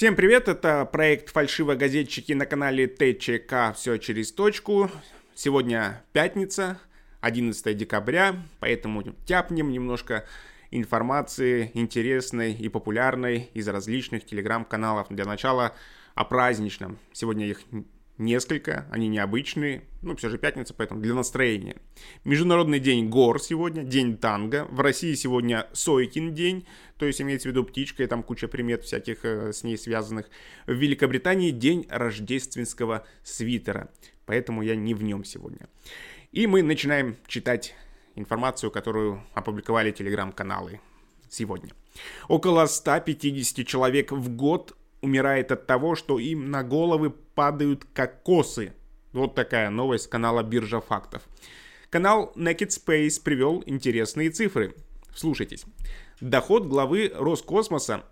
Всем привет, это проект «Фальшивогазетчики» на канале ТЧК «Все через точку». Сегодня пятница, 11 декабря, поэтому тяпнем немножко информации интересной и популярной из различных телеграм-каналов. Для начала о праздничном. Сегодня их несколько, они необычные, все же пятница, поэтому для настроения. Международный день гор сегодня, день танго. В России сегодня Сойкин день, то есть имеется в виду птичка, и там куча примет всяких с ней связанных. В Великобритании день рождественского свитера, поэтому я не в нем сегодня. И мы начинаем читать информацию, которую опубликовали телеграм-каналы сегодня. Около 150 человек в год умирает от того, что им на головы падают кокосы. Вот такая новость с канала Биржа фактов. Канал Naked Space привел интересные цифры. Вслушайтесь. Доход главы Роскосмоса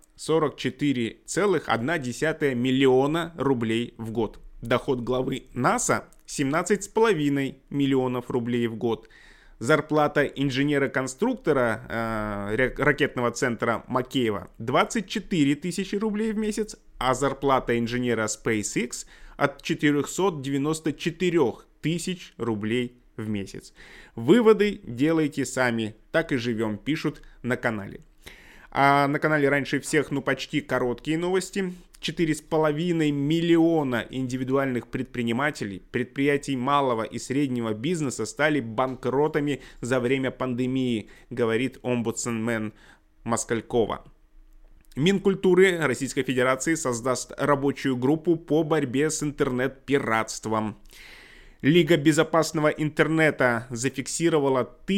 44,1 миллиона рублей в год. Доход главы НАСА 17,5 миллионов рублей в год. Зарплата инженера-конструктора ракетного центра Макеева 24 тысячи рублей в месяц, а зарплата инженера SpaceX от 494 тысяч рублей в месяц. Выводы делайте сами, так и живем, пишут на канале. А на канале раньше всех, почти короткие новости. 4,5 миллиона индивидуальных предпринимателей, предприятий малого и среднего бизнеса стали банкротами за время пандемии, говорит омбудсмен Москалькова. Минкультуры Российской Федерации создаст рабочую группу по борьбе с интернет-пиратством. Лига безопасного интернета зафиксировала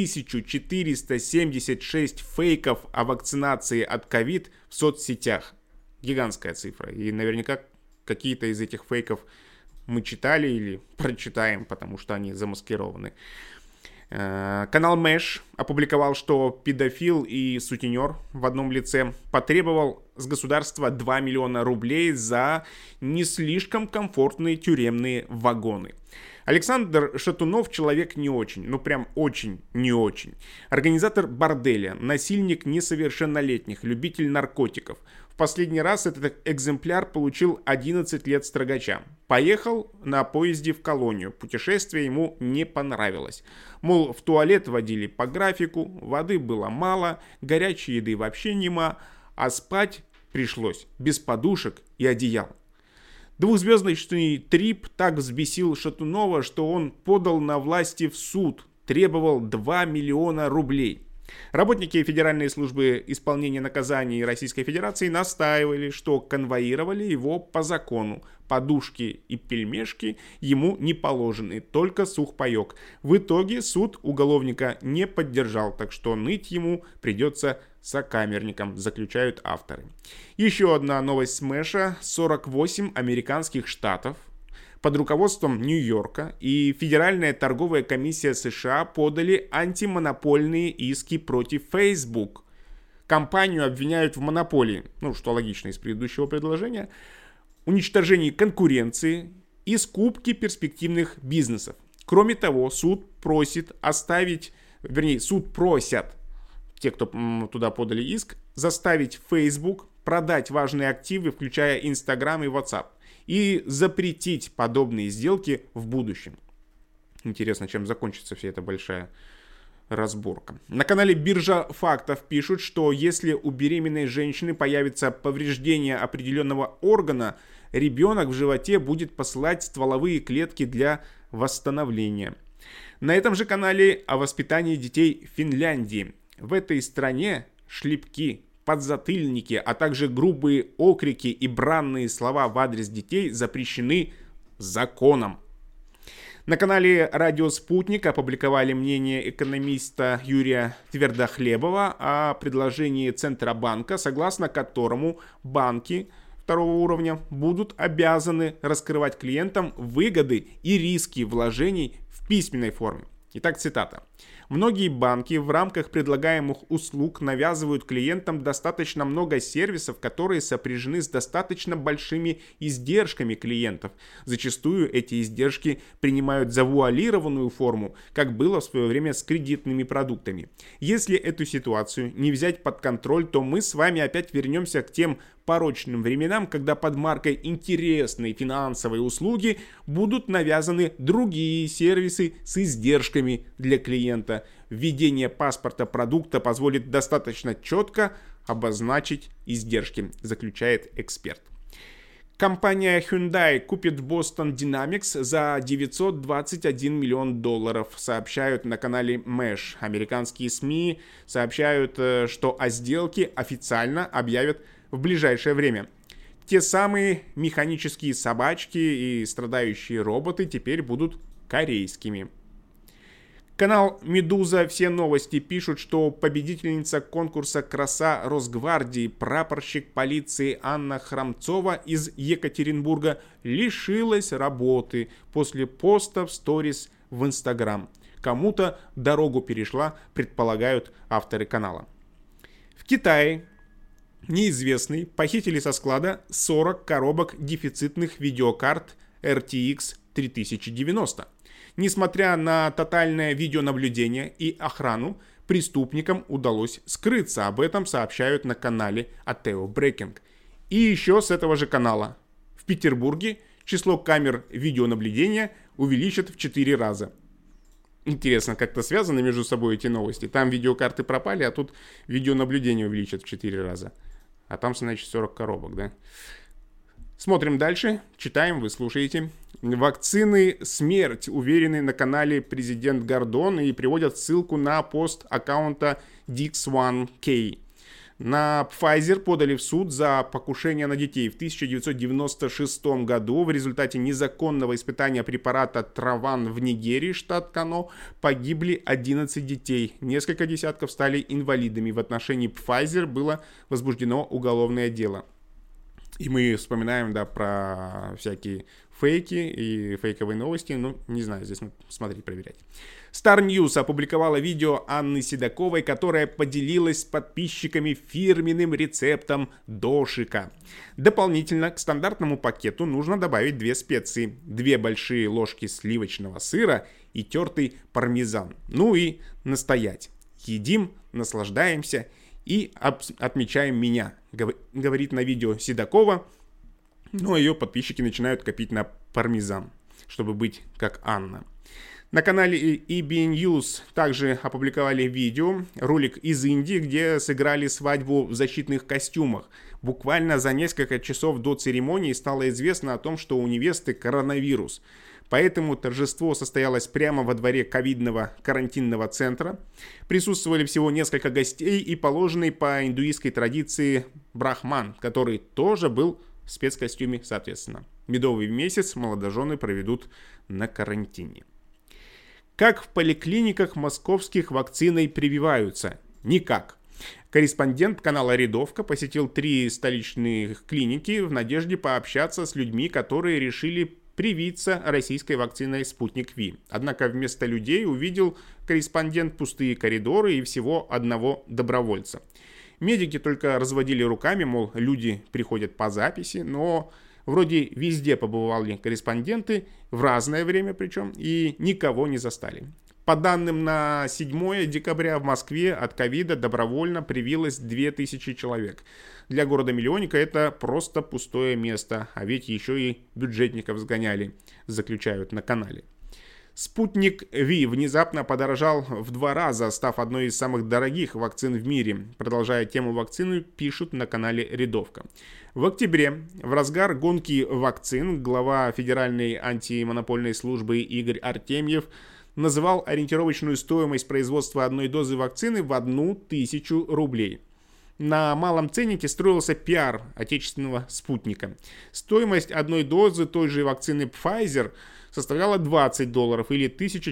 1476 фейков о вакцинации от ковид в соцсетях. Гигантская цифра. И наверняка какие-то из этих фейков мы читали или прочитаем, потому что они замаскированы. Канал Мэш опубликовал, что педофил и сутенер в одном лице потребовал с государства 2 миллиона рублей за не слишком комфортные тюремные вагоны. Александр Шатунов человек не очень, прям очень не очень. Организатор борделя, насильник несовершеннолетних, любитель наркотиков. В последний раз этот экземпляр получил 11 лет строгача. Поехал на поезде в колонию. Путешествие ему не понравилось. Мол, в туалет водили по графику, воды было мало, горячей еды вообще нема, а спать пришлось без подушек и одеял. Двухзвездочный трип так взбесил Шатунова, что он подал на власти в суд, требовал 2 миллиона рублей. Работники Федеральной службы исполнения наказаний Российской Федерации настаивали, что конвоировали его по закону. Подушки и пельмешки ему не положены, только сухпайок. В итоге суд уголовника не поддержал, так что ныть ему придется сокамерникам, заключают авторы. Еще одна новость с Мэша. 48 американских штатов под руководством Нью-Йорка и Федеральная торговая комиссия США подали антимонопольные иски против Facebook. Компанию обвиняют в монополии, что логично из предыдущего предложения, уничтожении конкуренции и скупке перспективных бизнесов. Кроме того, суд просят, те, кто туда подали иск, заставить Facebook продать важные активы, включая Instagram и WhatsApp, и запретить подобные сделки в будущем. Интересно, чем закончится вся эта большая разборка. На канале Биржа фактов пишут, что если у беременной женщины появится повреждение определенного органа, ребенок в животе будет посылать стволовые клетки для восстановления. На этом же канале о воспитании детей в Финляндии. В этой стране шлепки, подзатыльники, а также грубые окрики и бранные слова в адрес детей запрещены законом. На канале «Радио Спутник» опубликовали мнение экономиста Юрия Твердохлебова о предложении Центробанка, согласно которому банки второго уровня будут обязаны раскрывать клиентам выгоды и риски вложений в письменной форме. Итак, цитата. Многие банки в рамках предлагаемых услуг навязывают клиентам достаточно много сервисов, которые сопряжены с достаточно большими издержками клиентов. Зачастую эти издержки принимают завуалированную форму, как было в свое время с кредитными продуктами. Если эту ситуацию не взять под контроль, то мы с вами опять вернемся к тем порочным временам, когда под маркой интересной финансовой услуги будут навязаны другие сервисы с издержками для клиента. Введение паспорта продукта позволит достаточно четко обозначить издержки, заключает эксперт. Компания Hyundai купит Boston Dynamics за $921 миллион, сообщают на канале Mesh. Американские СМИ сообщают, что о сделке официально объявят в ближайшее время. Те самые механические собачки и страдающие роботы теперь будут корейскими. Канал «Медуза. Все новости» пишут, что победительница конкурса «Краса Росгвардии» прапорщик полиции Анна Храмцова из Екатеринбурга лишилась работы после поста в сторис в Инстаграм. Кому-то дорогу перешла, предполагают авторы канала. В Китае неизвестные похитили со склада 40 коробок дефицитных видеокарт RTX 3090. Несмотря на тотальное видеонаблюдение и охрану, преступникам удалось скрыться. Об этом сообщают на канале Ateo Breaking. И еще с этого же канала. В Петербурге число камер видеонаблюдения увеличат в 4 раза. Интересно, как-то связаны между собой эти новости. Там видеокарты пропали, а тут видеонаблюдение увеличат в 4 раза. А там, значит, 40 коробок, да? Смотрим дальше, читаем, вы слушаете. Вакцины смерть, уверены на канале президент Гордон, и приводят ссылку на пост аккаунта Dix1K. На Pfizer подали в суд за покушение на детей в 1996 году. В результате незаконного испытания препарата Траван в Нигерии, штат Кано, погибли 11 детей. Несколько десятков стали инвалидами. В отношении Pfizer было возбуждено уголовное дело. И мы вспоминаем, да, про всякие фейки и фейковые новости. Ну, не знаю, здесь смотреть, проверять. Star News опубликовала видео Анны Седоковой, которая поделилась с подписчиками фирменным рецептом дошика. Дополнительно к стандартному пакету нужно добавить 2 специи, 2 большие ложки сливочного сыра и тертый пармезан. Ну и настоять. Едим, наслаждаемся и отмечаем меня, говорит на видео Седокова. Ну а ее подписчики начинают копить на пармезан, чтобы быть как Анна. На канале EB News также опубликовали видео, ролик из Индии, где сыграли свадьбу в защитных костюмах. Буквально за несколько часов до церемонии стало известно о том, что у невесты коронавирус. Поэтому торжество состоялось прямо во дворе ковидного карантинного центра. Присутствовали всего несколько гостей и положенный по индуистской традиции брахман, который тоже был в спецкостюме, соответственно. Медовый месяц молодожены проведут на карантине. Как в поликлиниках московских вакциной прививаются? Никак. Корреспондент канала «Рядовка» посетил 3 столичных клиники в надежде пообщаться с людьми, которые решили привиться российской вакциной «Спутник Ви». Однако вместо людей увидел корреспондент пустые коридоры и всего одного добровольца. Медики только разводили руками, мол, люди приходят по записи, но вроде везде побывали корреспонденты, в разное время причем, и никого не застали. По данным на 7 декабря в Москве от ковида добровольно привилось 2000 человек. Для города-миллионника это просто пустое место, а ведь еще и бюджетников сгоняли, заключают на канале. Спутник Ви внезапно подорожал в 2 раза, став одной из самых дорогих вакцин в мире. Продолжая тему вакцины, пишут на канале «Рядовка». В октябре, в разгар гонки вакцин, глава Федеральной антимонопольной службы Игорь Артемьев называл ориентировочную стоимость производства одной дозы вакцины в 1000 рублей. На малом ценнике строился пиар отечественного спутника. Стоимость одной дозы той же вакцины Pfizer составляла $20 или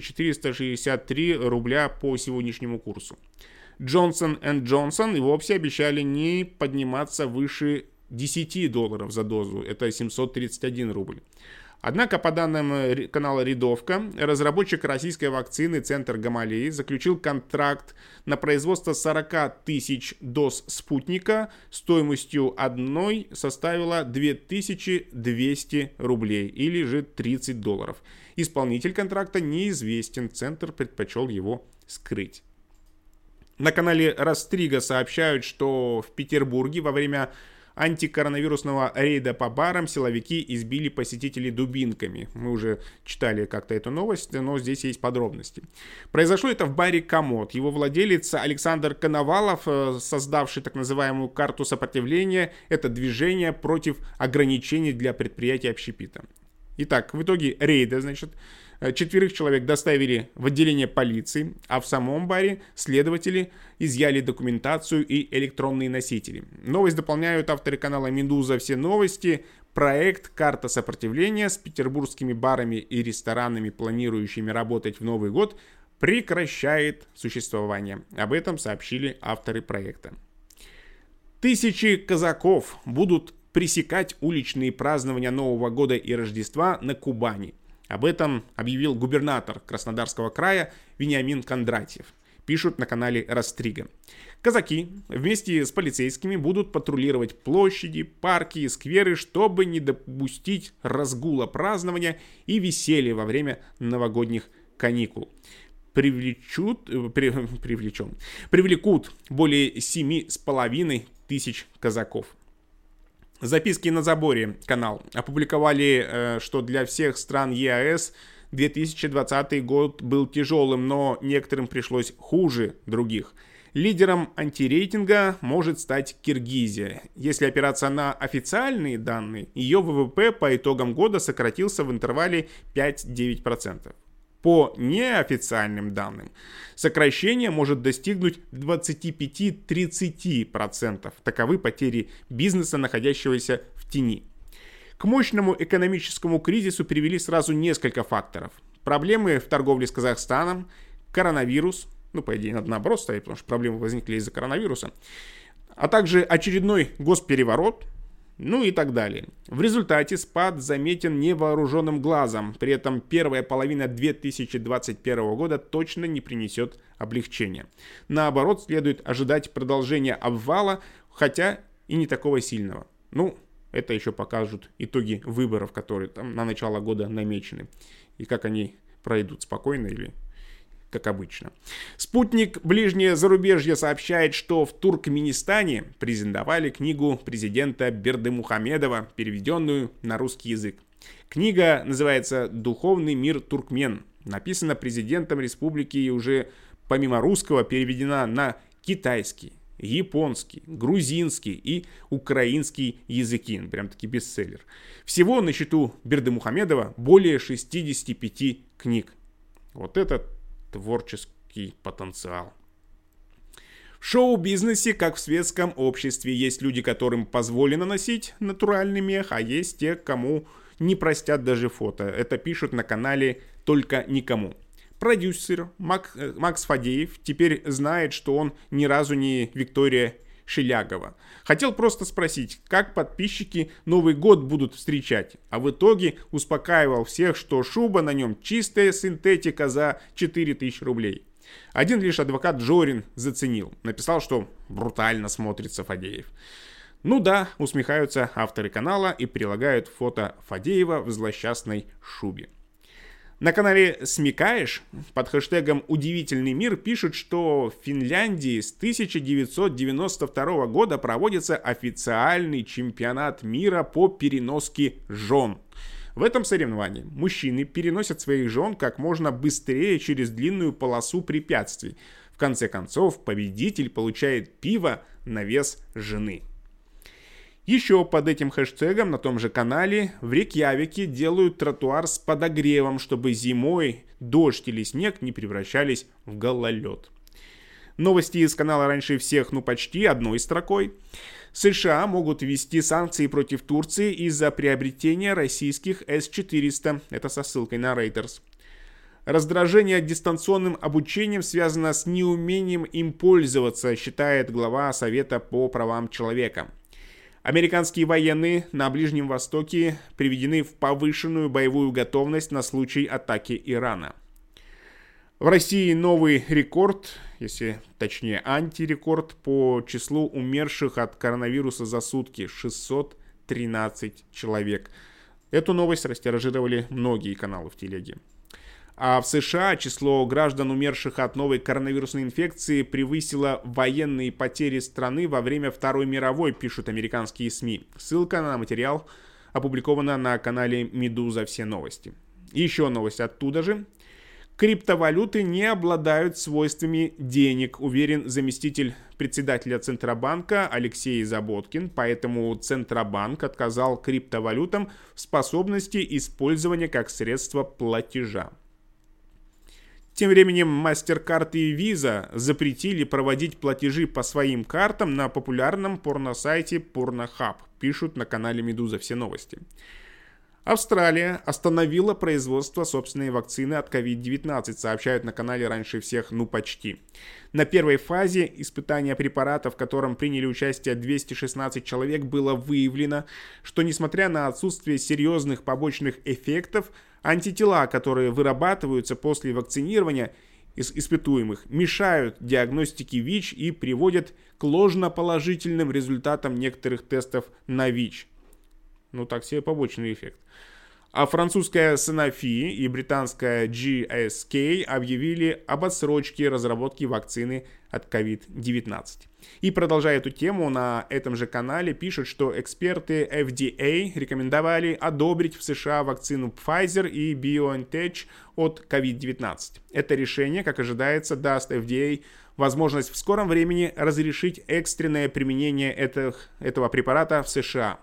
1463 рубля по сегодняшнему курсу. Johnson & Johnson и вовсе обещали не подниматься выше $10 за дозу, это 731 рубль. Однако, по данным канала «Рядовка», разработчик российской вакцины Центр Гамалеи заключил контракт на производство 40 тысяч доз спутника стоимостью одной составила 2200 рублей или же $30. Исполнитель контракта неизвестен, Центр предпочел его скрыть. На канале Растрига сообщают, что в Петербурге во время антикоронавирусного рейда по барам силовики избили посетителей дубинками. Мы уже читали как-то эту новость, но здесь есть подробности. Произошло это в баре «Комод». Его владелец Александр Коновалов, создавший так называемую карту сопротивления, это движение против ограничений для предприятий общепита. Итак, в итоге рейда, 4 человек доставили в отделение полиции, а в самом баре следователи изъяли документацию и электронные носители. Новость дополняют авторы канала «Медуза. Все новости». Проект «Карта сопротивления» с петербургскими барами и ресторанами, планирующими работать в Новый год, прекращает существование. Об этом сообщили авторы проекта. Тысячи казаков будут пресекать уличные празднования Нового года и Рождества на Кубани. Об этом объявил губернатор Краснодарского края Вениамин Кондратьев. Пишут на канале Растрига. Казаки вместе с полицейскими будут патрулировать площади, парки и скверы, чтобы не допустить разгула празднования и веселья во время новогодних каникул. Привлекут более 7,5 тысяч казаков. Записки на заборе канал опубликовали, что для всех стран ЕАЭС 2020 год был тяжелым, но некоторым пришлось хуже других. Лидером антирейтинга может стать Киргизия. Если опираться на официальные данные, ее ВВП по итогам года сократился в интервале 5-9%. По неофициальным данным, сокращение может достигнуть 25-30%. Таковы потери бизнеса, находящегося в тени. К мощному экономическому кризису привели сразу несколько факторов. Проблемы в торговле с Казахстаном, коронавирус, по идее, надо наоборот ставить, потому что проблемы возникли из-за коронавируса, а также очередной госпереворот, и так далее. В результате спад заметен невооруженным глазом. При этом первая половина 2021 года точно не принесет облегчения. Наоборот, следует ожидать продолжения обвала, хотя и не такого сильного. Это еще покажут итоги выборов, которые там на начало года намечены. И как они пройдут, спокойно или как обычно. Спутник «Ближнее зарубежье» сообщает, что в Туркменистане презентовали книгу президента Бердымухамедова, переведенную на русский язык. Книга называется «Духовный мир туркмен». Написана президентом республики и уже помимо русского переведена на китайский, японский, грузинский и украинский языки. Прям-таки бестселлер. Всего на счету Бердымухамедова более 65 книг. Вот это творческий потенциал. В шоу-бизнесе, как в светском обществе, есть люди, которым позволено носить натуральный мех, а есть те, кому не простят даже фото. Это пишут на канале «Только никому». Продюсер Макс Фадеев теперь знает, что он ни разу не Виктория Шелягова. Хотел просто спросить, как подписчики Новый год будут встречать, а в итоге успокаивал всех, что шуба на нем чистая синтетика за 4000 рублей. Один лишь адвокат Жорин заценил, написал, что брутально смотрится Фадеев. Усмехаются авторы канала и прилагают фото Фадеева в злосчастной шубе. На канале «Смекаешь» под хэштегом «Удивительный мир» пишут, что в Финляндии с 1992 года проводится официальный чемпионат мира по переноске жен. В этом соревновании мужчины переносят своих жен как можно быстрее через длинную полосу препятствий. В конце концов, победитель получает пиво на вес жены. Еще под этим хэштегом на том же канале в Рейкьявике делают тротуар с подогревом, чтобы зимой дождь или снег не превращались в гололед. Новости из канала раньше всех, почти одной строкой. США могут ввести санкции против Турции из-за приобретения российских С-400. Это со ссылкой на Reuters. Раздражение дистанционным обучением связано с неумением им пользоваться, считает глава Совета по правам человека. Американские военные на Ближнем Востоке приведены в повышенную боевую готовность на случай атаки Ирана. В России новый рекорд, если точнее антирекорд, по числу умерших от коронавируса за сутки – 613 человек. Эту новость растиражировали многие каналы в телеге. А в США число граждан, умерших от новой коронавирусной инфекции, превысило военные потери страны во время Второй мировой, пишут американские СМИ. Ссылка на материал опубликована на канале «Медуза. Все новости». Еще новость оттуда же. Криптовалюты не обладают свойствами денег, уверен заместитель председателя Центробанка Алексей Заботкин, поэтому Центробанк отказал криптовалютам в способности использования как средства платежа. Тем временем MasterCard и Visa запретили проводить платежи по своим картам на популярном порносайте Pornhub, пишут на канале «Медуза. Все новости». Австралия остановила производство собственной вакцины от COVID-19, сообщают на канале раньше всех, ну почти. На первой фазе испытания препарата, в котором приняли участие 216 человек, было выявлено, что несмотря на отсутствие серьезных побочных эффектов, антитела, которые вырабатываются после вакцинирования испытуемых, мешают диагностике ВИЧ и приводят к ложноположительным результатам некоторых тестов на ВИЧ. Ну так себе побочный эффект. А французская Sanofi и британская GSK объявили об отсрочке разработки вакцины от COVID-19. И продолжая эту тему, на этом же канале пишут, что эксперты FDA рекомендовали одобрить в США вакцину Pfizer и BioNTech от COVID-19. Это решение, как ожидается, даст FDA возможность в скором времени разрешить экстренное применение этого препарата в США.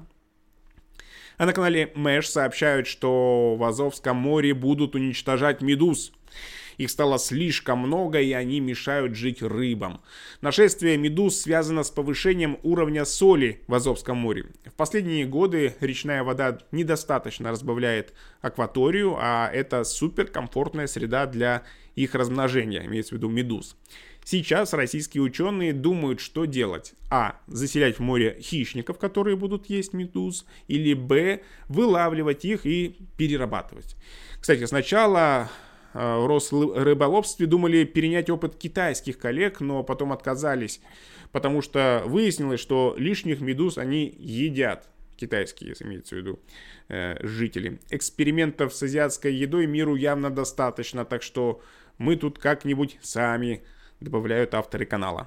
А на канале Мэш сообщают, что в Азовском море будут уничтожать медуз. Их стало слишком много, и они мешают жить рыбам. Нашествие медуз связано с повышением уровня соли в Азовском море. В последние годы речная вода недостаточно разбавляет акваторию, а это суперкомфортная среда для их размножения, имеется в виду медуз. Сейчас российские ученые думают, что делать. А. Заселять в море хищников, которые будут есть медуз. Или Б. Вылавливать их и перерабатывать. Кстати, сначала в Росрыболовстве думали перенять опыт китайских коллег, но потом отказались, потому что выяснилось, что лишних медуз они едят. Китайские, имеется в виду, жители. Экспериментов с азиатской едой миру явно достаточно, так что мы тут как-нибудь сами, добавляют авторы канала.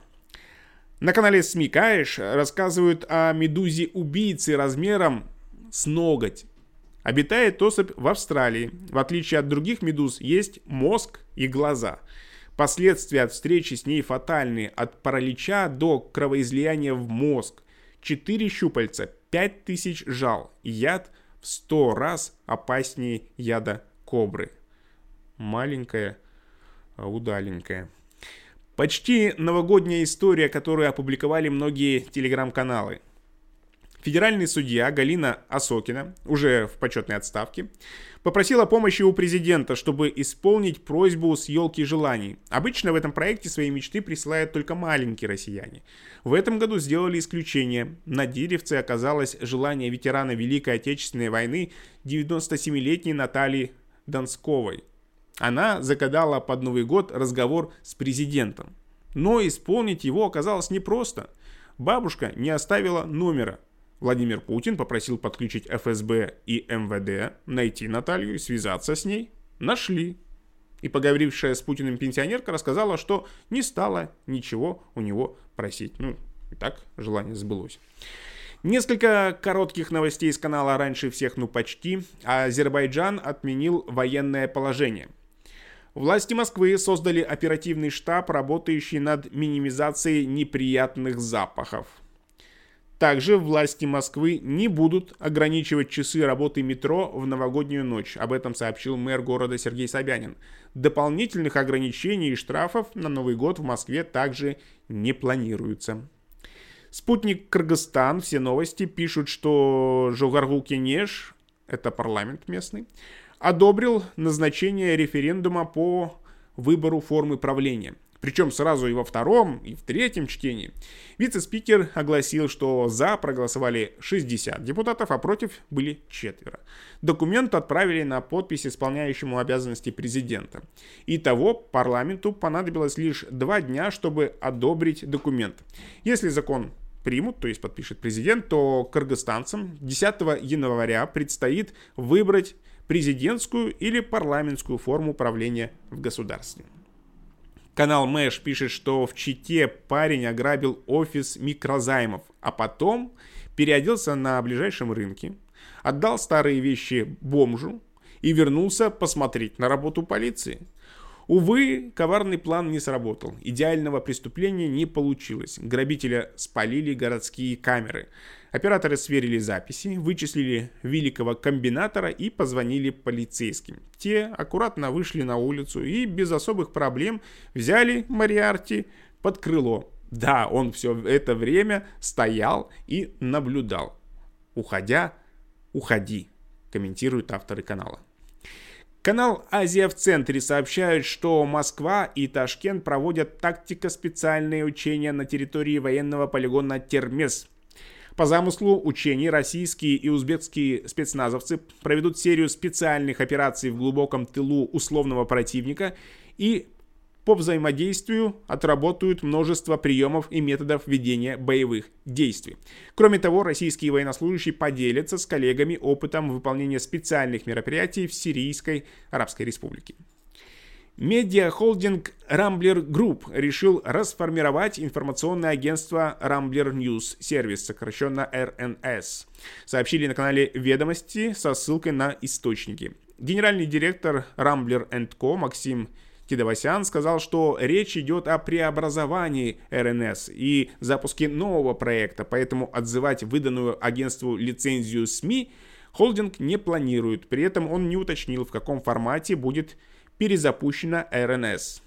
На канале СМИ Каиш рассказывают о медузе-убийце размером с ноготь. Обитает особь в Австралии. В отличие от других медуз, есть мозг и глаза. Последствия от встречи с ней фатальны. От паралича до кровоизлияния в мозг. 4 щупальца, 5000 жал. Яд в 100 раз опаснее яда кобры. Маленькая, удаленькая. Почти новогодняя история, которую опубликовали многие телеграм-каналы. Федеральный судья Галина Осокина, уже в почетной отставке, попросила помощи у президента, чтобы исполнить просьбу с елки желаний. Обычно в этом проекте свои мечты присылают только маленькие россияне. В этом году сделали исключение. На деревце оказалось желание ветерана Великой Отечественной войны 97-летней Натальи Донсковой. Она загадала под Новый год разговор с президентом. Но исполнить его оказалось непросто. Бабушка не оставила номера. Владимир Путин попросил подключить ФСБ и МВД, найти Наталью и связаться с ней. Нашли. И поговорившая с Путиным пенсионерка рассказала, что не стала ничего у него просить. Ну, и так желание сбылось. Несколько коротких новостей из канала «Раньше всех, ну почти». Азербайджан отменил военное положение. Власти Москвы создали оперативный штаб, работающий над минимизацией неприятных запахов. Также власти Москвы не будут ограничивать часы работы метро в новогоднюю ночь. Об этом сообщил мэр города Сергей Собянин. Дополнительных ограничений и штрафов на Новый год в Москве также не планируется. Спутник Кыргызстан, все новости, пишут, что Жогорку Кенеш, это парламент местный, одобрил назначение референдума по выбору формы правления. причем сразу и во втором, и в третьем чтении. Вице-спикер огласил, что за проголосовали 60 депутатов, а против были 4. Документ отправили на подпись исполняющему обязанности президента. Итого парламенту понадобилось лишь 2 дня, чтобы одобрить документ. Если закон примут, то есть подпишет президент, то кыргызстанцам 10 января предстоит выбрать президентскую или парламентскую форму правления в государстве. Канал Мэш пишет, что в Чите парень ограбил офис микрозаймов, а потом переоделся на ближайшем рынке, отдал старые вещи бомжу и вернулся посмотреть на работу полиции. Увы, коварный план не сработал. Идеального преступления не получилось. Грабителя спалили городские камеры. Операторы сверили записи, вычислили великого комбинатора и позвонили полицейским. Те аккуратно вышли на улицу и без особых проблем взяли Мориарти под крыло. Да, он все это время стоял и наблюдал. «Уходя, уходи», комментируют авторы канала. Канал «Азия в центре» сообщает, что Москва и Ташкент проводят тактико-специальные учения на территории военного полигона Термез. По замыслу учений российские и узбекские спецназовцы проведут серию специальных операций в глубоком тылу условного противника и по взаимодействию отработают множество приемов и методов ведения боевых действий. Кроме того, российские военнослужащие поделятся с коллегами опытом выполнения специальных мероприятий в Сирийской Арабской Республике. Медиахолдинг Rambler Group решил расформировать информационное агентство Rambler News Service, сокращенно РНС. Сообщили на канале «Ведомости» со ссылкой на источники. Генеральный директор Rambler & Co. Максим Кидавасян сказал, что речь идет о преобразовании РНС и запуске нового проекта, поэтому отзывать выданную агентству лицензию СМИ холдинг не планирует. При этом он не уточнил, в каком формате будет перезапущена РНС.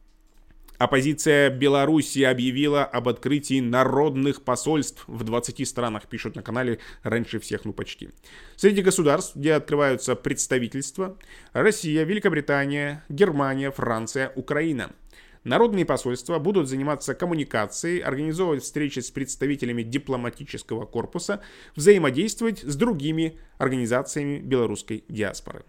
Оппозиция Беларуси объявила об открытии народных посольств в 20 странах, пишут на канале раньше всех, почти. Среди государств, где открываются представительства: Россия, Великобритания, Германия, Франция, Украина. Народные посольства будут заниматься коммуникацией, организовывать встречи с представителями дипломатического корпуса, взаимодействовать с другими организациями белорусской диаспоры.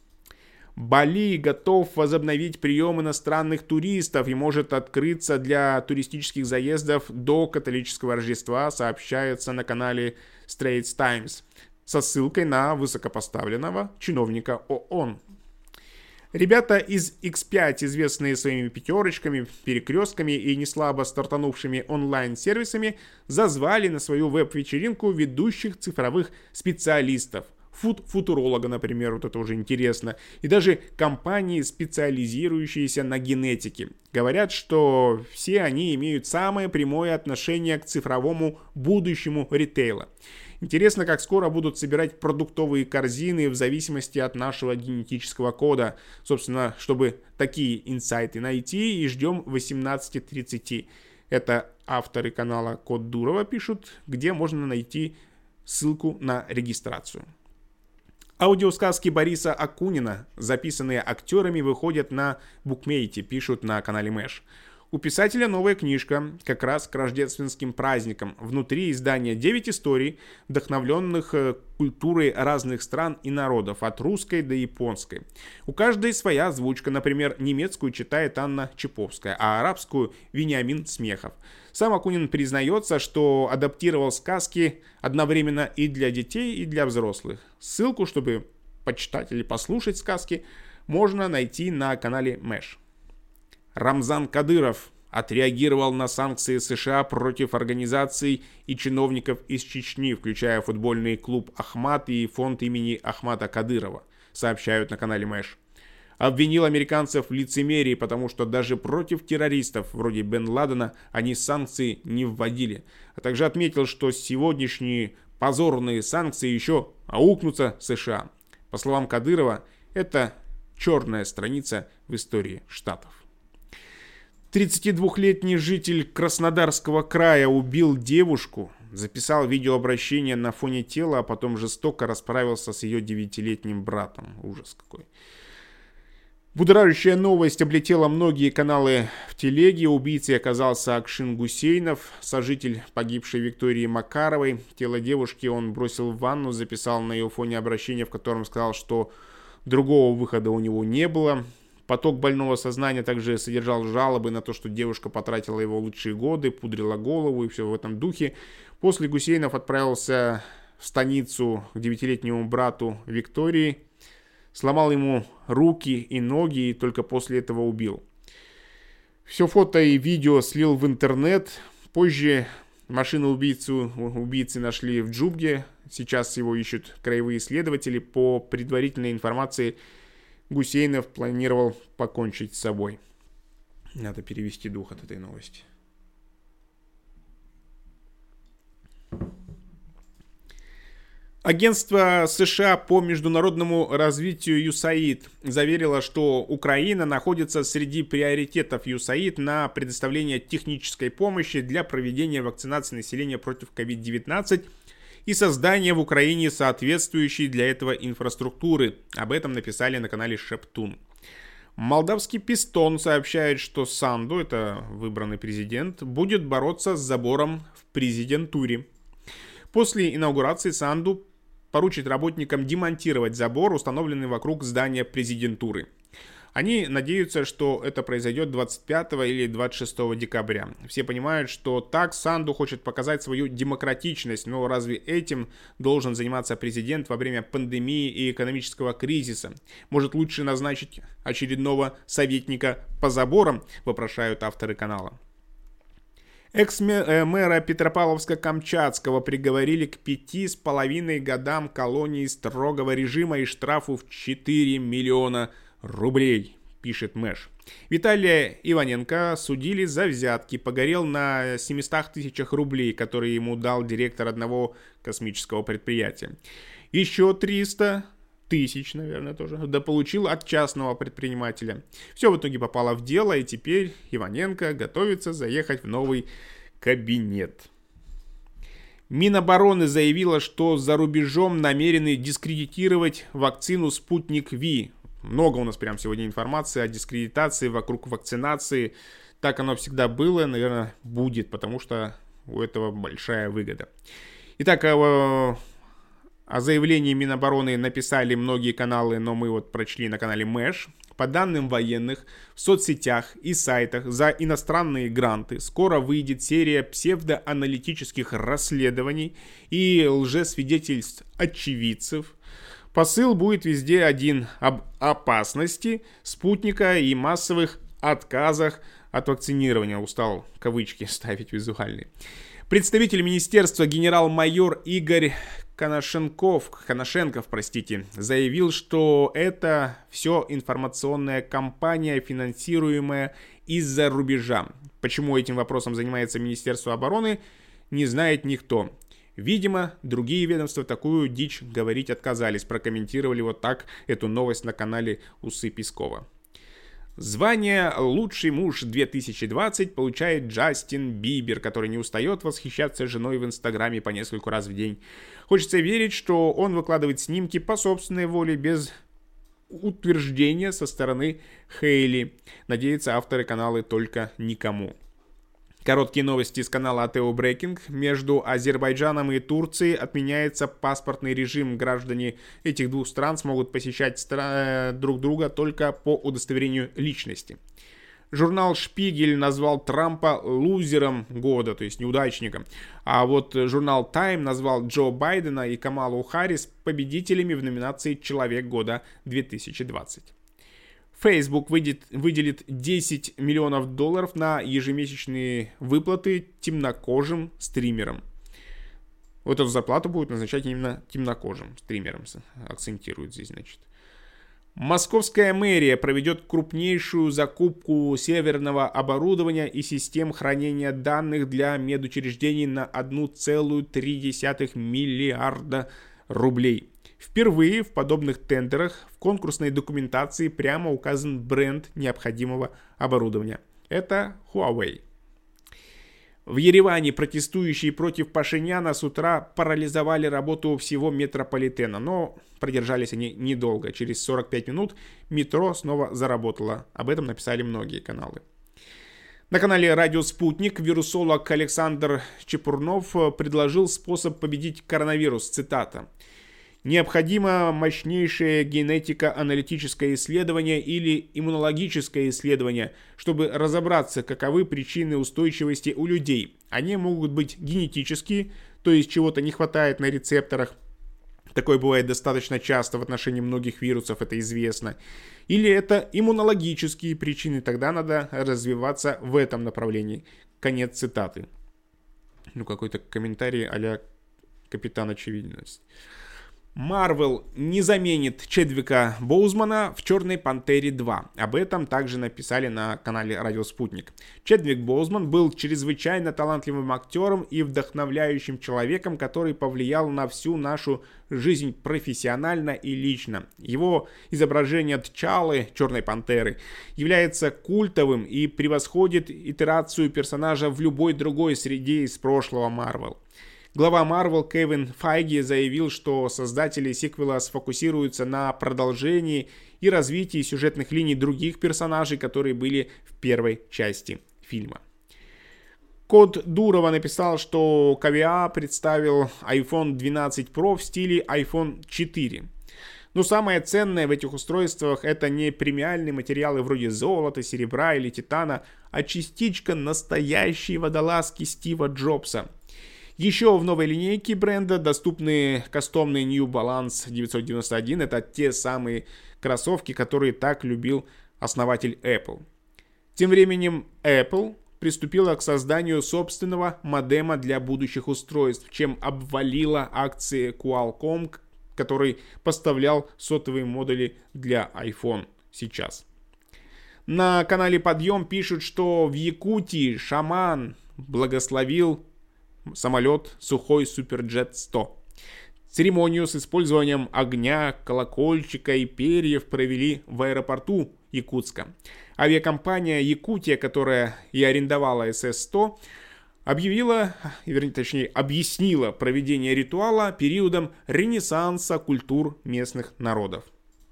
Бали готов возобновить прием иностранных туристов и может открыться для туристических заездов до католического Рождества, сообщается на канале Straits Times со ссылкой на высокопоставленного чиновника ООН. Ребята из X5, известные своими пятерочками, перекрестками и неслабо стартанувшими онлайн-сервисами, зазвали на свою веб-вечеринку ведущих цифровых специалистов. Футуролога, например, вот это уже интересно, и даже компании, специализирующиеся на генетике. Говорят, что все они имеют самое прямое отношение к цифровому будущему ритейла. Интересно, как скоро будут собирать продуктовые корзины в зависимости от нашего генетического кода. Собственно, чтобы такие инсайты найти, и ждем 18:30. Это авторы канала Код Дурова пишут, где можно найти ссылку на регистрацию. Аудиосказки Бориса Акунина, записанные актерами, выходят на букмейте, пишут на канале Мэш. У писателя новая книжка, как раз к рождественским праздникам. Внутри издания 9 историй, вдохновленных культурой разных стран и народов, от русской до японской. У каждой своя озвучка, например, немецкую читает Анна Чаповская, а арабскую – Вениамин Смехов. Сам Акунин признается, что адаптировал сказки одновременно и для детей, и для взрослых. Ссылку, чтобы почитать или послушать сказки, можно найти на канале Мэш. Рамзан Кадыров отреагировал на санкции США против организаций и чиновников из Чечни, включая футбольный клуб «Ахмат» и фонд имени Ахмата Кадырова, сообщают на канале Мэш. Обвинил американцев в лицемерии, потому что даже против террористов вроде Бен Ладена они санкции не вводили. А также отметил, что сегодняшние позорные санкции еще аукнутся США. По словам Кадырова, это черная страница в истории Штатов. 32-летний житель Краснодарского края убил девушку, записал видеообращение на фоне тела, а потом жестоко расправился с ее 9-летним братом. Ужас какой. Будоражащая новость облетела многие каналы в телеге. Убийцей оказался Акшин Гусейнов, сожитель погибшей Виктории Макаровой. Тело девушки он бросил в ванну, записал на ее фоне обращение, в котором сказал, что другого выхода у него не было. Поток больного сознания также содержал жалобы на то, что девушка потратила его лучшие годы, пудрила голову и все в этом духе. После Гусейнов отправился в станицу к 9-летнему брату Виктории, сломал ему руки и ноги и только после этого убил. Все фото и видео слил в интернет. Позже машину убийцы нашли в Джубге. Сейчас его ищут краевые следователи. По предварительной информации, Гусейнов планировал покончить с собой. Надо перевести дух от этой новости. Агентство США по международному развитию USAID заверило, что Украина находится среди приоритетов USAID на предоставление технической помощи для проведения вакцинации населения против COVID-19 и создания в Украине соответствующей для этого инфраструктуры. Об этом написали на канале Шептун. Молдавский Пистон сообщает, что Санду, это выбранный президент, будет бороться с забором в президентуре. После инаугурации Санду поручит работникам демонтировать забор, установленный вокруг здания президентуры. Они надеются, что это произойдет 25 или 26 декабря. Все понимают, что так Санду хочет показать свою демократичность, но разве этим должен заниматься президент во время пандемии и экономического кризиса? Может, лучше назначить очередного советника по заборам, вопрошают авторы канала. Экс-мэра Петропавловска-Камчатского приговорили к 5,5 годам колонии строгого режима и штрафу в 4 миллиона рублей, пишет Мэш. Виталия Иваненко судили за взятки, погорел на 700 тысячах рублей, которые ему дал директор одного космического предприятия. Еще 300 тысяч, наверное, тоже, получил от частного предпринимателя. Все в итоге попало в дело, и теперь Иваненко готовится заехать в новый кабинет. Минобороны заявила, что за рубежом намерены дискредитировать вакцину «Спутник Ви». Много у нас прямо сегодня информации о дискредитации вокруг вакцинации. Так оно всегда было, наверное, будет, потому что у этого большая выгода. Итак, о заявлении Минобороны написали многие каналы, но мы вот прочли на канале Мэш. По данным военных, в соцсетях и сайтах за иностранные гранты скоро выйдет серия псевдоаналитических расследований и лжесвидетельств очевидцев. Посыл будет везде один: об опасности спутника и массовых отказах от вакцинирования. Устал кавычки ставить визуальные. Представитель министерства генерал-майор Игорь Коношенков, заявил, что это все информационная кампания, финансируемая из-за рубежа. Почему этим вопросом занимается Министерство обороны, не знает никто. Видимо, другие ведомства такую дичь говорить отказались. Прокомментировали вот так эту новость на канале Усы Пескова. Звание «Лучший муж 2020» получает Джастин Бибер, который не устает восхищаться женой в Инстаграме по нескольку раз в день. Хочется верить, что он выкладывает снимки по собственной воле, без утверждения со стороны Хейли. Надеются авторы канала только никому. Короткие новости с канала АТО Breaking. Между Азербайджаном и Турцией отменяется паспортный режим. Граждане этих двух стран смогут посещать друг друга только по удостоверению личности. Журнал «Шпигель» назвал Трампа лузером года, то есть неудачником. А вот журнал Time назвал Джо Байдена и Камалу Харрис победителями в номинации «Человек года 2020». Facebook выделит $10 миллионов на ежемесячные выплаты темнокожим стримерам. Вот эту зарплату будет назначать именно темнокожим стримерам, акцентируют здесь, значит. Московская мэрия проведет крупнейшую закупку серверного оборудования и систем хранения данных для медучреждений на 1,3 миллиарда рублей. Впервые в подобных тендерах в конкурсной документации прямо указан бренд необходимого оборудования. Это Huawei. В Ереване протестующие против Пашиняна с утра парализовали работу всего метрополитена, но продержались они недолго. Через 45 минут метро снова заработало. Об этом написали многие каналы. На канале «Радио Спутник» вирусолог Александр Чепурнов предложил способ победить коронавирус. Цитата. «Необходимо мощнейшее генетико-аналитическое исследование или иммунологическое исследование, чтобы разобраться, каковы причины устойчивости у людей. Они могут быть генетические, то есть чего-то не хватает на рецепторах. Такое бывает достаточно часто в отношении многих вирусов, это известно. Или это иммунологические причины, тогда надо развиваться в этом направлении». Конец цитаты. Какой-то комментарий а-ля Капитан Очевидность. Марвел не заменит Чедвика Боузмана в «Черной Пантере 2». Об этом также написали на канале «Радио Спутник». Чедвик Боузман был чрезвычайно талантливым актером и вдохновляющим человеком, который повлиял на всю нашу жизнь профессионально и лично. Его изображение Тчалы, Черной Пантеры, является культовым и превосходит итерацию персонажа в любой другой среде из прошлого Марвел. Глава Marvel Кевин Файги заявил, что создатели сиквела сфокусируются на продолжении и развитии сюжетных линий других персонажей, которые были в первой части фильма. Код Дурова написал, что КВА представил iPhone 12 Pro в стиле iPhone 4. Но самое ценное в этих устройствах это не премиальные материалы вроде золота, серебра или титана, а частичка настоящей водолазки Стива Джобса. Еще в новой линейке бренда доступны кастомные New Balance 991. Это те самые кроссовки, которые так любил основатель Apple. Тем временем Apple приступила к созданию собственного модема для будущих устройств, чем обвалила акции Qualcomm, который поставлял сотовые модули для iPhone сейчас. На канале Подъем пишут, что в Якутии шаман благословил самолет Сухой Суперджет 100. Церемонию с использованием огня, колокольчика и перьев провели в аэропорту Якутска. Авиакомпания «Якутия», которая и арендовала СС-100, объяснила проведение ритуала периодом ренессанса культур местных народов.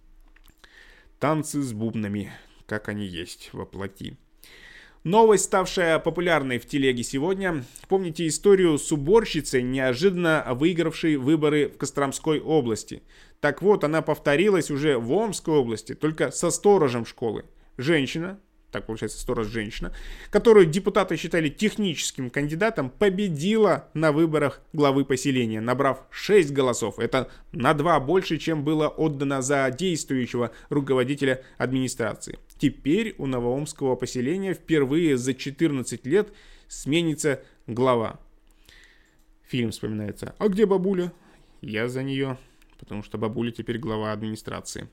Танцы с бубнами, как они есть во плоти. Новость, ставшая популярной в телеге сегодня. Помните историю с уборщицей, неожиданно выигравшей выборы в Костромской области? Так вот, она повторилась уже в Омской области, только со сторожем школы. Женщина, так получается сторож-женщина, которую депутаты считали техническим кандидатом, победила на выборах главы поселения, набрав 6 голосов. Это на 2 больше, чем было отдано за действующего руководителя администрации. Теперь у новоомского поселения впервые за 14 лет сменится глава. Фильм вспоминается. А где бабуля? Я за нее, потому что бабуля теперь глава администрации.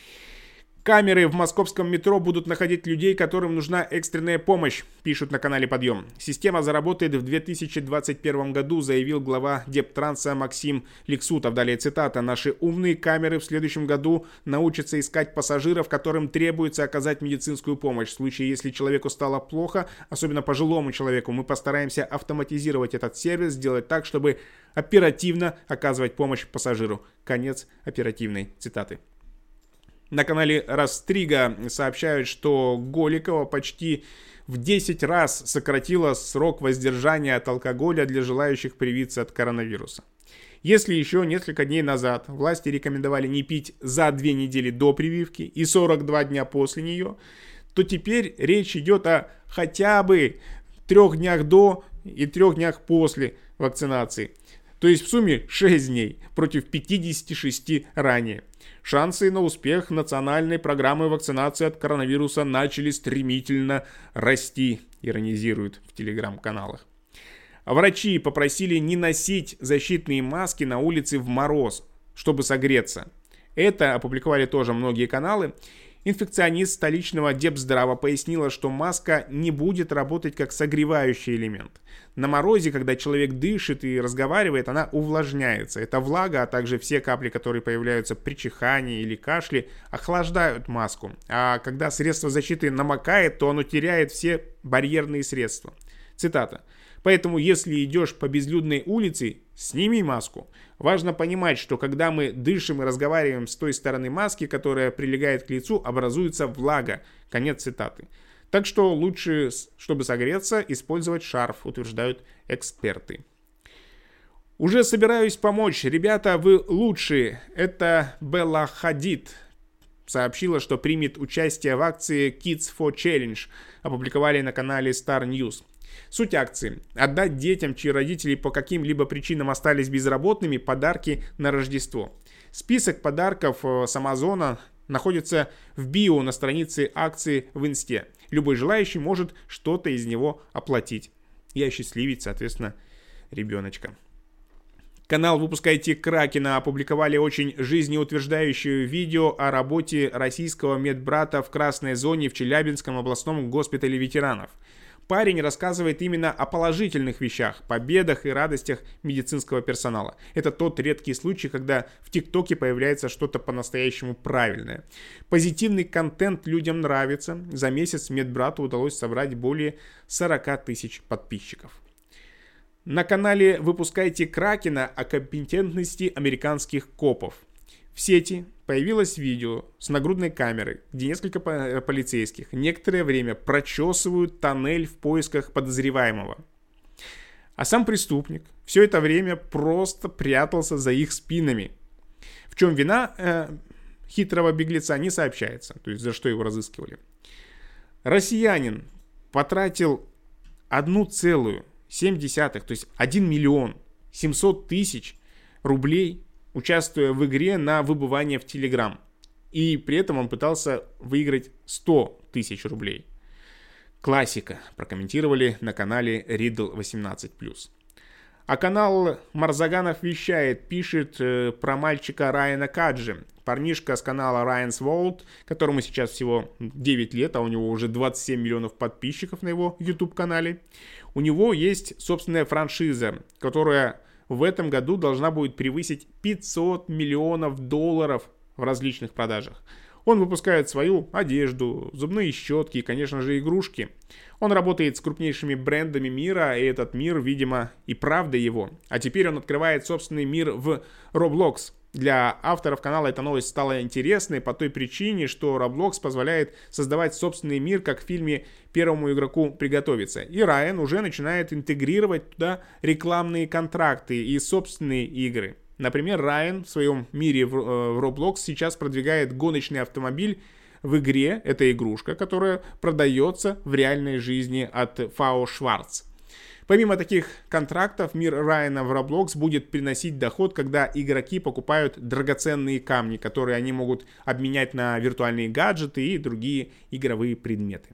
Камеры в московском метро будут находить людей, которым нужна экстренная помощь, пишут на канале Подъем. Система заработает в 2021 году, заявил глава Дептранса Максим Лексутов. Далее цитата. «Наши умные камеры в следующем году научатся искать пассажиров, которым требуется оказать медицинскую помощь. В случае, если человеку стало плохо, особенно пожилому человеку, мы постараемся автоматизировать этот сервис, сделать так, чтобы оперативно оказывать помощь пассажиру». Конец оперативной цитаты. На канале Растрига сообщают, что Голикова почти в 10 раз сократила срок воздержания от алкоголя для желающих привиться от коронавируса. Если еще несколько дней назад власти рекомендовали не пить за 2 недели до прививки и 42 дня после нее, то теперь речь идет о хотя бы 3 днях до и 3 днях после вакцинации. То есть в сумме 6 дней против 56 ранее. Шансы на успех национальной программы вакцинации от коронавируса начали стремительно расти, иронизируют в телеграм-каналах. Врачи попросили не носить защитные маски на улице в мороз, чтобы согреться. Это опубликовали тоже многие каналы. Инфекционист столичного Депздрава пояснила, что маска не будет работать как согревающий элемент. На морозе, когда человек дышит и разговаривает, она увлажняется. Эта влага, а также все капли, которые появляются при чихании или кашле, охлаждают маску. А когда средство защиты намокает, то оно теряет все барьерные средства. Цитата. Поэтому, если идешь по безлюдной улице, сними маску. Важно понимать, что когда мы дышим и разговариваем с той стороны маски, которая прилегает к лицу, образуется влага. Конец цитаты. Так что лучше, чтобы согреться, использовать шарф, утверждают эксперты. Уже собираюсь помочь. Ребята, вы лучшие. Это Белла Хадид сообщила, что примет участие в акции Kids for Challenge. Опубликовали на канале Star News. Суть акции – отдать детям, чьи родители по каким-либо причинам остались безработными, подарки на Рождество. Список подарков с Амазона находится в био на странице акции в Инсте. Любой желающий может что-то из него оплатить и осчастливить, соответственно, ребеночка. Канал «Выпускайте Кракена» опубликовали очень жизнеутверждающее видео о работе российского медбрата в красной зоне в Челябинском областном госпитале ветеранов. Парень рассказывает именно о положительных вещах, победах и радостях медицинского персонала. Это тот редкий случай, когда в ТикТоке появляется что-то по-настоящему правильное. Позитивный контент людям нравится. За месяц медбрату удалось собрать более 40 тысяч подписчиков. На канале «Выпускайте Кракена» о компетентности американских копов. В сети появилось видео с нагрудной камерой, где несколько полицейских некоторое время прочесывают тоннель в поисках подозреваемого. А сам преступник все это время просто прятался за их спинами. В чем вина хитрого беглеца не сообщается, то есть за что его разыскивали. Россиянин потратил 1,7, то есть 1 миллион 700 тысяч рублей, участвуя в игре на выбывание в Telegram. И при этом он пытался выиграть 100 тысяч рублей. Классика, прокомментировали на канале Riddle 18+. А канал Марзаганов вещает, пишет про мальчика Райана Каджи. Парнишка с канала Ryan's World, которому сейчас всего 9 лет, а у него уже 27 миллионов подписчиков на его YouTube-канале. У него есть собственная франшиза, которая в этом году должна будет превысить 500 миллионов долларов в различных продажах. Он выпускает свою одежду, зубные щетки и, конечно же, игрушки. Он работает с крупнейшими брендами мира, и этот мир, видимо, и правда его. А теперь он открывает собственный мир в Roblox. Для авторов канала эта новость стала интересной по той причине, что Roblox позволяет создавать собственный мир, как в фильме «Первому игроку приготовиться». И Райан уже начинает интегрировать туда рекламные контракты и собственные игры. Например, Райан в своем мире в Roblox сейчас продвигает гоночный автомобиль в игре. Это игрушка, которая продается в реальной жизни от ФАО «Шварц». Помимо таких контрактов, мир Райана в Roblox будет приносить доход, когда игроки покупают драгоценные камни, которые они могут обменять на виртуальные гаджеты и другие игровые предметы.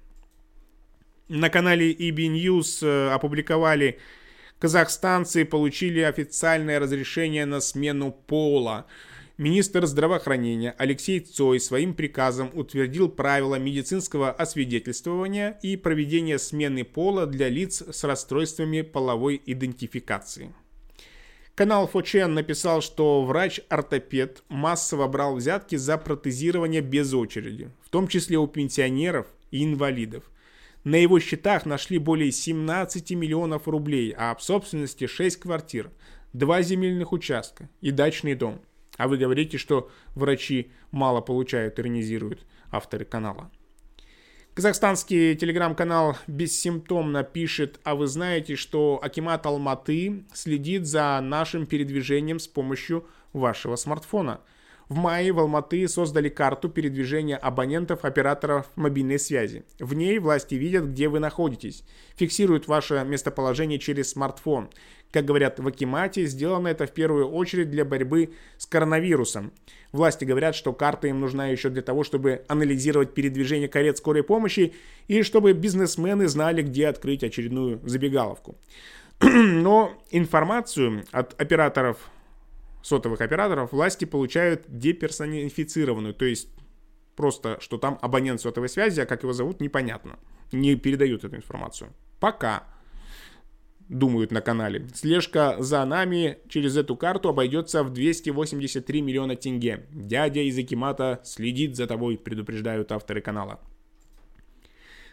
На канале EB News опубликовали: казахстанцы получили официальное разрешение на смену пола. Министр здравоохранения Алексей Цой своим приказом утвердил правила медицинского освидетельствования и проведения смены пола для лиц с расстройствами половой идентификации. Канал 4chan написал, что врач-ортопед массово брал взятки за протезирование без очереди, в том числе у пенсионеров и инвалидов. На его счетах нашли более 17 миллионов рублей, а в собственности 6 квартир, 2 земельных участка и дачный дом. А вы говорите, что врачи мало получают, иронизируют авторы канала. Казахстанский телеграм-канал «Бессимптомно» пишет: а вы знаете, что Акимат Алматы следит за нашим передвижением с помощью вашего смартфона? В мае в Алматы создали карту передвижения абонентов операторов мобильной связи. В ней власти видят, где вы находитесь, фиксируют ваше местоположение через смартфон. Как говорят в Акимате, сделано это в первую очередь для борьбы с коронавирусом. Власти говорят, что карта им нужна еще для того, чтобы анализировать передвижение карет скорой помощи и чтобы бизнесмены знали, где открыть очередную забегаловку. Но информацию от операторов, сотовых операторов, власти получают деперсонифицированную, то есть просто, что там абонент сотовой связи, а как его зовут, непонятно. Не передают эту информацию. Пока. Думают на канале. Слежка за нами через эту карту обойдется в 283 миллиона тенге. Дядя из Акимата следит за тобой, предупреждают авторы канала.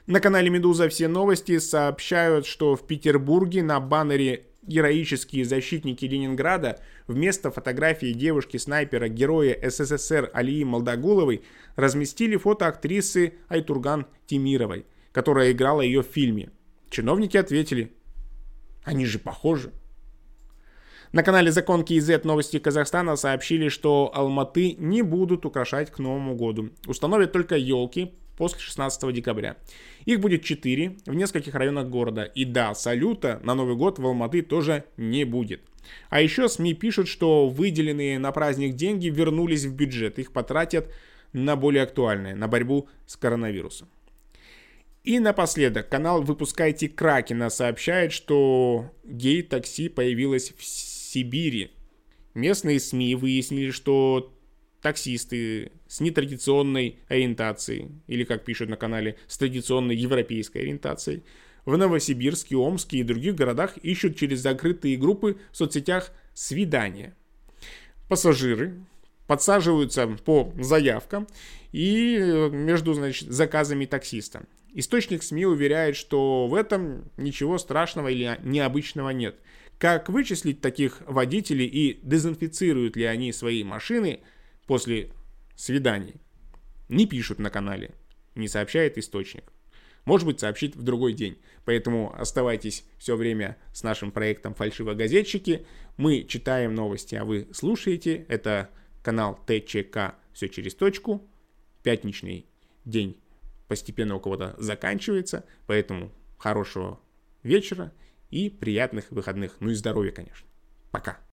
На канале «Медуза» все новости сообщают, что в Петербурге на баннере «Героические защитники Ленинграда» вместо фотографии девушки-снайпера героя СССР Алии Молдогуловой разместили фото актрисы Айтурган Темировой, которая играла ее в фильме. Чиновники ответили: они же похожи. На канале Закон КИЗ новости Казахстана сообщили, что Алматы не будут украшать к Новому году. Установят только елки после 16 декабря. Их будет 4 в нескольких районах города. И да, салюта на Новый год в Алматы тоже не будет. А еще СМИ пишут, что выделенные на праздник деньги вернулись в бюджет. Их потратят на более актуальное, на борьбу с коронавирусом. И напоследок, канал «Выпускайте Кракена» сообщает, что гей-такси появилось в Сибири. Местные СМИ выяснили, что таксисты с нетрадиционной ориентацией, или, как пишут на канале, с традиционной европейской ориентацией, в Новосибирске, Омске и других городах ищут через закрытые группы в соцсетях свидания. Пассажиры подсаживаются по заявкам и между, заказами таксиста. Источник СМИ уверяет, что в этом ничего страшного или необычного нет. Как вычислить таких водителей и дезинфицируют ли они свои машины после свиданий? Не пишут на канале, не сообщает источник. Может быть, сообщит в другой день. Поэтому оставайтесь все время с нашим проектом «Фальшивогазетчики». Мы читаем новости, а вы слушаете. Это канал ТЧК «Все через точку». Пятничный день постепенно у кого-то заканчивается. Поэтому хорошего вечера и приятных выходных. Ну и здоровья, конечно. Пока.